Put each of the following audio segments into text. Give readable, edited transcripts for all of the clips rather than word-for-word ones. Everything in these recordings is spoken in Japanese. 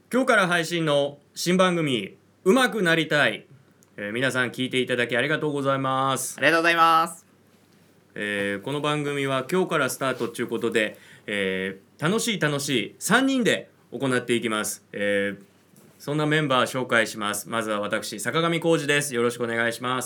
今日から配信の新番組うまくなりたい、皆さん聞いていただきありがとうございます。 ありがとうございます。 この番組は今日からスタートということで、楽しい3人で行っていきます。そんなメンバー紹介します。まずは私坂上浩二です。よろしくお願いします。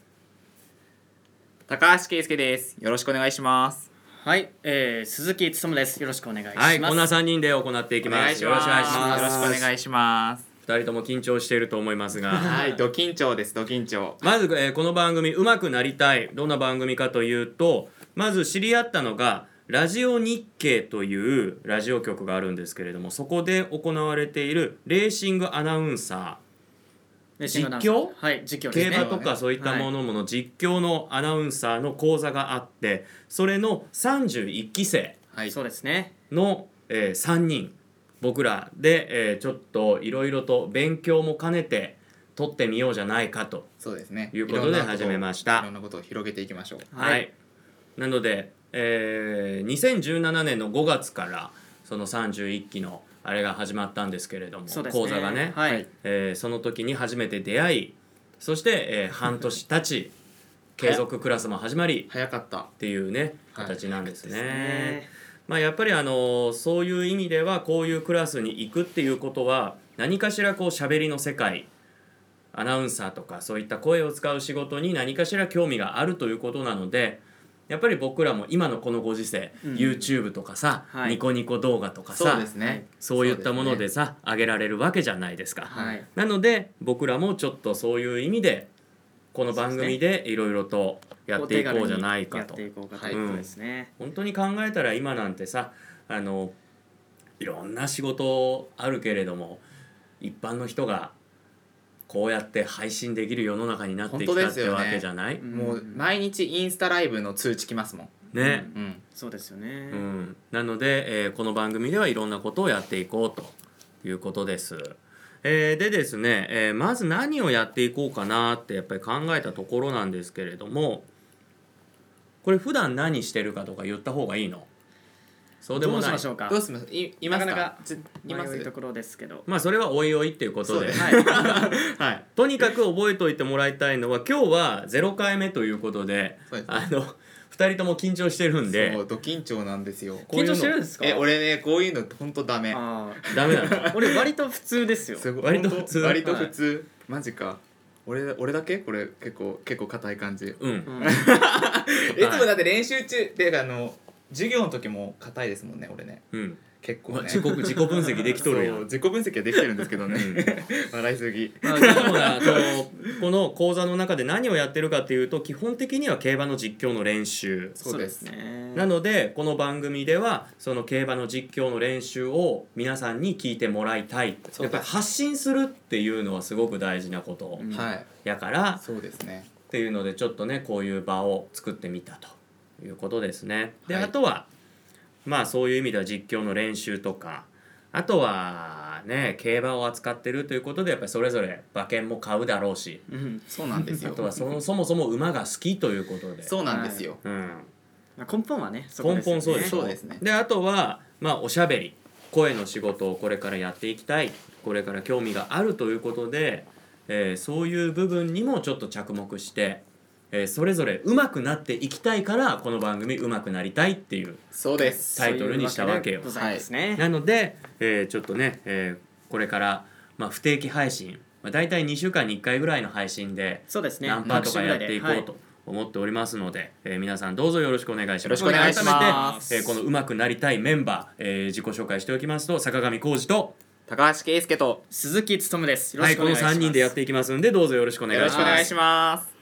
高橋圭介です。よろしくお願いします。 はい、鈴木努です。よろしくお願いします。 はい、こんな3人で行っていきます。よろしくお願いします。 よろしくお願いします。 2人とも緊張していると思いますがはい、ド緊張です。ド緊張。 まず、この番組うまくなりたい、どんな番組かというと、まず知り合ったのがラジオ日経というラジオ局があるんですけれども、そこで行われているレーシングアナウンサー、実況、 はい、実況ですね。 競馬とかそういったものの実況のアナウンサーの講座があって、それの31期生そうですねの、3人僕らで、ちょっといろいろと勉強も兼ねて撮ってみようじゃないかということで始めました。 いろんなことを広げていきましょう。 はい、なので、2017年の5月からその31期のあれが始まったんですけれども、講座がね、 はい、 その時に初めて出会い、そして、半年経ち継続クラスも始まり早かったっていうね形なんですね。 ねまあ、やっぱりそういう意味ではこういうクラスに行くっていうことは何かしらこう喋りの世界、アナウンサーとかそういった声を使う仕事に何かしら興味があるということなので、やっぱり僕らも今のこのご時世、YouTube とかさ、ニコニコ動画とかさ、 そうですね、 そういったものでさ、上げられるわけじゃないですか。なので僕らもちょっとそういう意味でこの番組でいろいろとやっていこうじゃないかと。本当に考えたら今なんてさ、いろんな仕事あるけれども、一般の人がこうやって配信できる世の中になってきたってわけじゃない？ もう毎日インスタライブの通知来ますもんね。 そうですよね。 なので、この番組ではいろんなことをやっていこうということです。でですね、まず何をやっていこうかなってやっぱり考えたところなんですけれども、これ普段何してるかとか言った方がいいの？そうでもない。 どうしましょうか。 どうします？いますか？ なかなか迷いところですけど、 まあそれはおいおいっていうことで、はい、とにかく覚えておいてもらいたいのは、今日は0回目ということで、2人とも緊張してるんで。 そう、ド緊張なんですよ。 緊張してるんですか？ 俺ね、こういうの本当ダメ。 ダメなの？ 俺割と普通ですよ。 割と普通。 割と普通。マジか。俺だけこれ結構硬い感じ。いつもだって練習中で授業の時も硬いですもんね、俺ね。結構ね。 自己分析できとるやん。 自己分析はできてるんですけどね。笑いすぎ。 でもこの講座の中で何をやってるかっていうと、基本的には競馬の実況の練習。 そうですね。 なのでこの番組ではその競馬の実況の練習を皆さんに聞いてもらいたい。やっぱり発信するっていうのはすごく大事なことやから、 そうですね。 っていうのでちょっとね、こういう場を作ってみたということですね。で、あとはまあそういう意味では実況の練習とか、あとはね、競馬を扱ってるということでやっぱりそれぞれ馬券も買うだろうし、 そうなんですよ。 あとはそもそも馬が好きということで、 そうなんですよ。 根本はね、 根本そうですね。で、あとはまあおしゃべり、声の仕事をこれからやっていきたい、これから興味があるということで、そういう部分にもちょっと着目して、それぞれ上手くなっていきたいからこの番組上手くなりたいっていうタイトルにしたわけよ。なので、ちょっとね、これから、不定期配信、だいたい2週間に1回ぐらいの配信で何パーとかやっていこうと思っておりますので、皆さんどうぞよろしくお願いします。 よろしくお願いします。改めて、この上手くなりたいメンバー、自己紹介しておきますと、坂上浩二と高橋圭介と鈴木努です。 はい、この3人でやっていきますんで、どうぞよろしくお願いします。 よろしくお願いします。